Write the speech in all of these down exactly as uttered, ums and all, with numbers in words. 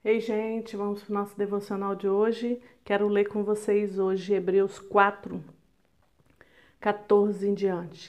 Ei, gente, vamos para o nosso devocional de hoje. Quero ler com vocês hoje Hebreus quatro, quatorze em diante.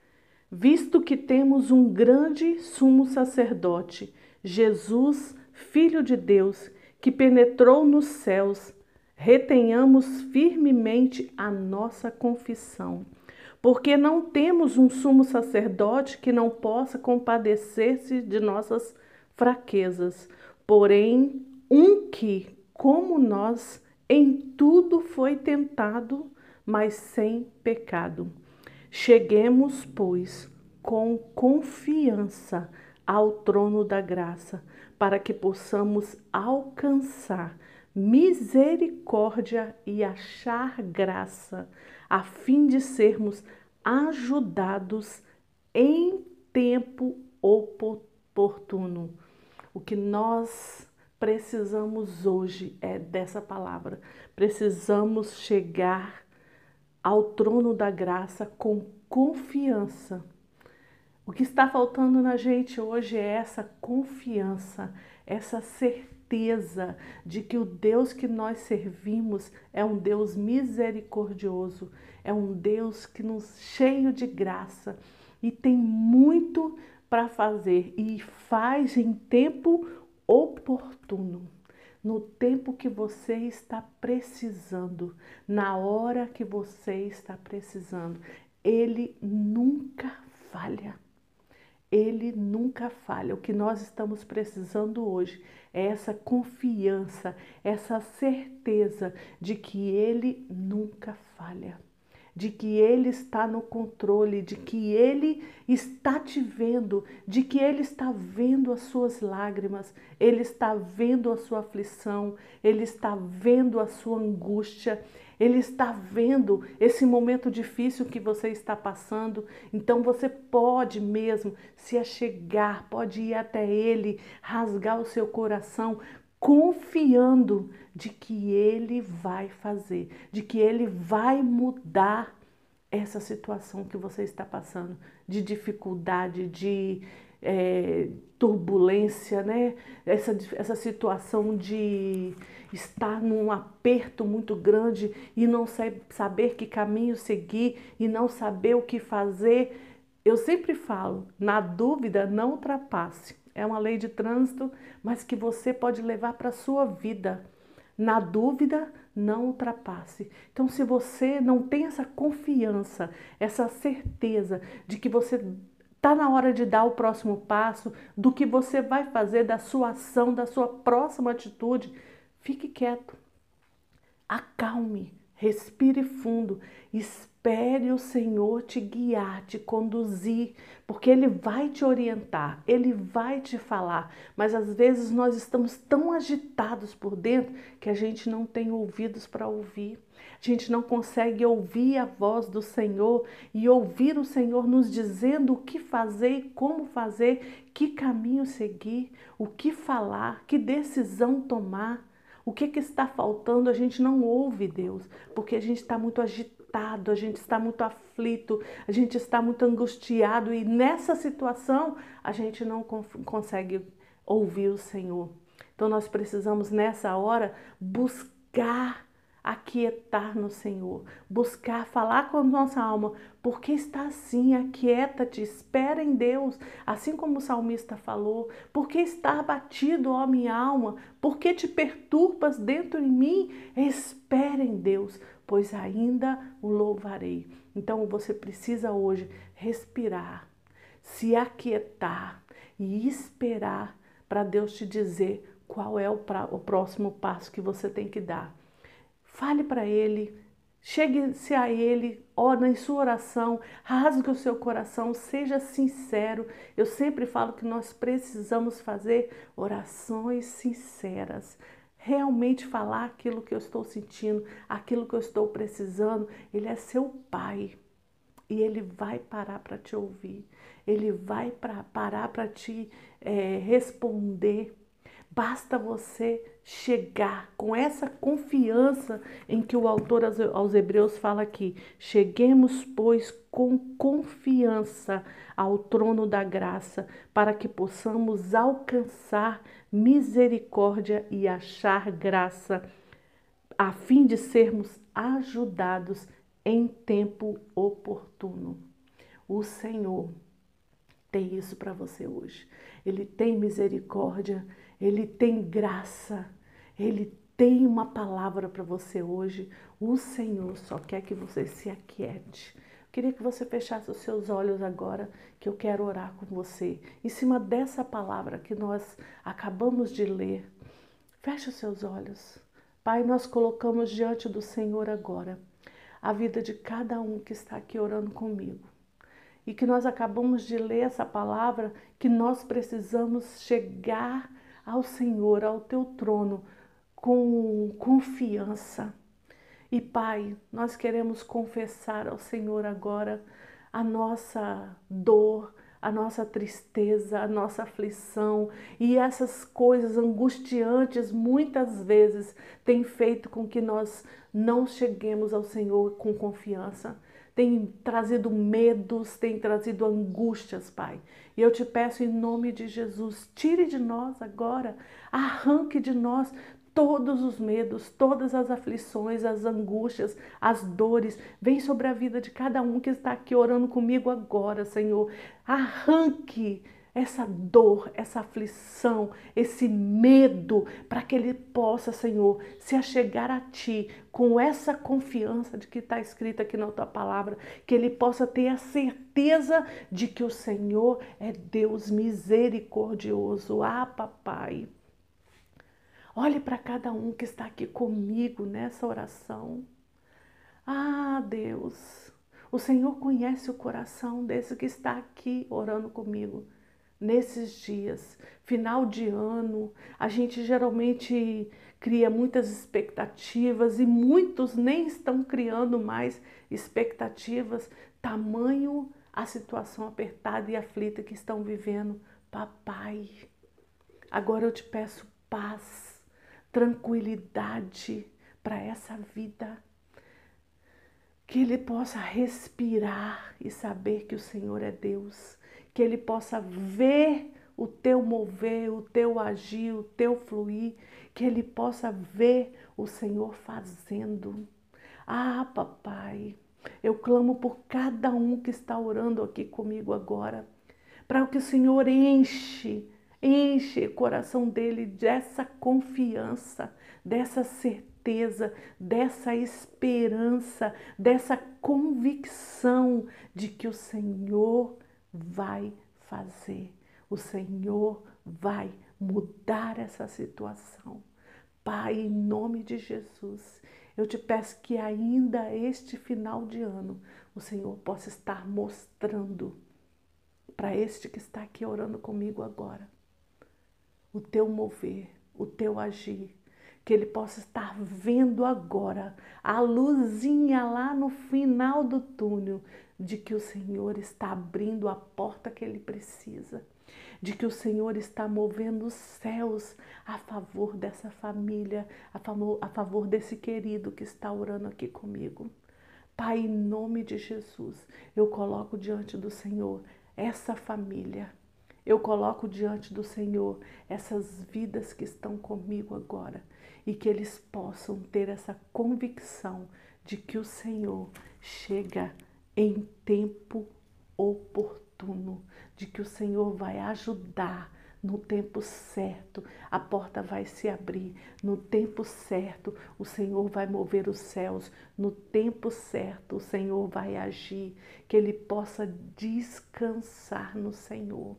Visto que temos um grande sumo sacerdote, Jesus, Filho de Deus, que penetrou nos céus, retenhamos firmemente a nossa confissão. Porque não temos um sumo sacerdote que não possa compadecer-se de nossas fraquezas, porém, um que, como nós, em tudo foi tentado, mas sem pecado. Cheguemos, pois, com confiança ao trono da graça, para que possamos alcançar misericórdia e achar graça, a fim de sermos ajudados em tempo oportuno. O que nós precisamos hoje é dessa palavra. Precisamos chegar ao trono da graça com confiança. O que está faltando na gente hoje é essa confiança, essa certeza de que o Deus que nós servimos é um Deus misericordioso, é um Deus que nos cheio de graça e tem muito para fazer e faz em tempo oportuno. No tempo que você está precisando, na hora que você está precisando, Ele nunca falha. Ele nunca falha. O que nós estamos precisando hoje é essa confiança, essa certeza de que Ele nunca falha, de que Ele está no controle, de que Ele está te vendo, de que Ele está vendo as suas lágrimas, Ele está vendo a sua aflição, Ele está vendo a sua angústia, Ele está vendo esse momento difícil que você está passando. Então você pode mesmo se achegar, pode ir até Ele, rasgar o seu coração, confiando de que Ele vai fazer, de que Ele vai mudar essa situação que você está passando, de dificuldade, de é, turbulência, né? Essa, essa situação de estar num aperto muito grande e não saber que caminho seguir e não saber o que fazer. Eu sempre falo, na dúvida, não ultrapasse. É uma lei de trânsito, mas que você pode levar para a sua vida. Na dúvida, não ultrapasse. Então, se você não tem essa confiança, essa certeza de que você está na hora de dar o próximo passo, do que você vai fazer, da sua ação, da sua próxima atitude, fique quieto. Acalme, respire fundo, espere o Senhor te guiar, te conduzir, porque Ele vai te orientar, Ele vai te falar, mas às vezes nós estamos tão agitados por dentro que a gente não tem ouvidos para ouvir, a gente não consegue ouvir a voz do Senhor e ouvir o Senhor nos dizendo o que fazer e como fazer, que caminho seguir, o que falar, que decisão tomar. O que, que está faltando? A gente não ouve Deus, porque a gente está muito agitado, a gente está muito aflito, a gente está muito angustiado e nessa situação a gente não consegue ouvir o Senhor. Então nós precisamos nessa hora buscar aquietar no Senhor, buscar falar com a nossa alma, porque está assim, aquieta-te, espera em Deus, assim como o salmista falou, porque está abatido, ó minha alma, porque te perturbas dentro de mim, espera em Deus, pois ainda o louvarei. Então você precisa hoje respirar, se aquietar e esperar para Deus te dizer qual é o, pra, o próximo passo que você tem que dar. Fale para Ele, chegue-se a Ele, ore em sua oração, rasgue o seu coração, seja sincero. Eu sempre falo que nós precisamos fazer orações sinceras, realmente falar aquilo que eu estou sentindo, aquilo que eu estou precisando. Ele é seu Pai e Ele vai parar para te ouvir, Ele vai pra, parar para te é, responder. Basta você chegar com essa confiança em que o autor aos Hebreus fala aqui. Cheguemos, pois, com confiança ao trono da graça, para que possamos alcançar misericórdia e achar graça, a fim de sermos ajudados em tempo oportuno. O Senhor tem isso para você hoje. Ele tem misericórdia, Ele tem graça, Ele tem uma palavra para você hoje. O Senhor só quer que você se aquiete. Queria que você fechasse os seus olhos agora, que eu quero orar com você. Em cima dessa palavra que nós acabamos de ler, feche os seus olhos. Pai, nós colocamos diante do Senhor agora a vida de cada um que está aqui orando comigo. E que nós acabamos de ler essa palavra, que nós precisamos chegar ao Senhor, ao teu trono, com confiança. E Pai, nós queremos confessar ao Senhor agora a nossa dor, a nossa tristeza, a nossa aflição, e essas coisas angustiantes muitas vezes têm feito com que nós não cheguemos ao Senhor com confiança. Tem trazido medos, tem trazido angústias, Pai. E eu te peço em nome de Jesus, tire de nós agora, arranque de nós todos os medos, todas as aflições, as angústias, as dores. Vem sobre a vida de cada um que está aqui orando comigo agora, Senhor. Arranque essa dor, essa aflição, esse medo, para que ele possa, Senhor, se achegar a Ti com essa confiança de que está escrito aqui na Tua palavra, que ele possa ter a certeza de que o Senhor é Deus misericordioso. Ah, Papai, olhe para cada um que está aqui comigo nessa oração. Ah, Deus, o Senhor conhece o coração desse que está aqui orando comigo. Nesses dias, final de ano, a gente geralmente cria muitas expectativas e muitos nem estão criando mais expectativas, tamanho a situação apertada e aflita que estão vivendo. Papai, agora eu te peço paz, tranquilidade para essa vida, que ele possa respirar e saber que o Senhor é Deus, que ele possa ver o teu mover, o teu agir, o teu fluir, que ele possa ver o Senhor fazendo. Ah, Papai, eu clamo por cada um que está orando aqui comigo agora, para que o Senhor enche, enche o coração dele dessa confiança, dessa certeza, dessa esperança, dessa convicção de que o Senhor vai fazer, o Senhor vai mudar essa situação. Pai, em nome de Jesus, eu te peço que ainda este final de ano o Senhor possa estar mostrando para este que está aqui orando comigo agora o teu mover, o teu agir, que ele possa estar vendo agora a luzinha lá no final do túnel de que o Senhor está abrindo a porta que ele precisa, de que o Senhor está movendo os céus a favor dessa família, a favor, a favor desse querido que está orando aqui comigo. Pai, em nome de Jesus, eu coloco diante do Senhor essa família. Eu coloco diante do Senhor essas vidas que estão comigo agora e que eles possam ter essa convicção de que o Senhor chega em tempo oportuno, de que o Senhor vai ajudar no tempo certo, a porta vai se abrir, no tempo certo o Senhor vai mover os céus, no tempo certo o Senhor vai agir, que ele possa descansar no Senhor.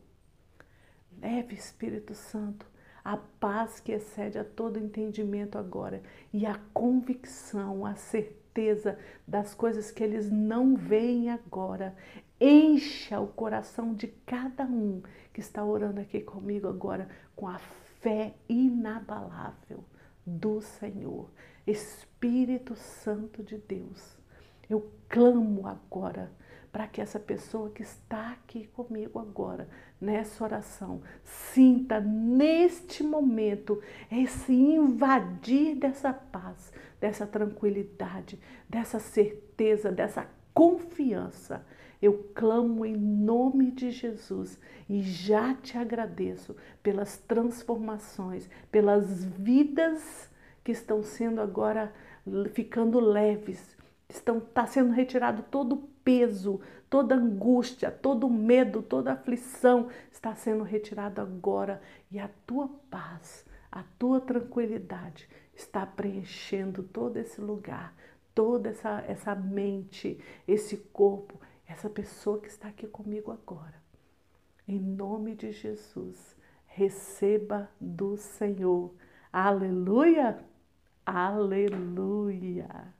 Leve, Espírito Santo, a paz que excede a todo entendimento agora e a convicção, a certeza das coisas que eles não veem agora. Encha o coração de cada um que está orando aqui comigo agora com a fé inabalável do Senhor. Espírito Santo de Deus, eu clamo agora para que essa pessoa que está aqui comigo agora, nessa oração, sinta neste momento esse invadir dessa paz, dessa tranquilidade, dessa certeza, dessa confiança. Eu clamo em nome de Jesus e já te agradeço pelas transformações, pelas vidas que estão sendo agora ficando leves, estão tá sendo retirado todo o peso, toda angústia, todo medo, toda aflição está sendo retirado agora e a tua paz, a tua tranquilidade está preenchendo todo esse lugar, toda essa, essa mente, esse corpo, essa pessoa que está aqui comigo agora. Em nome de Jesus, receba do Senhor. Aleluia! Aleluia!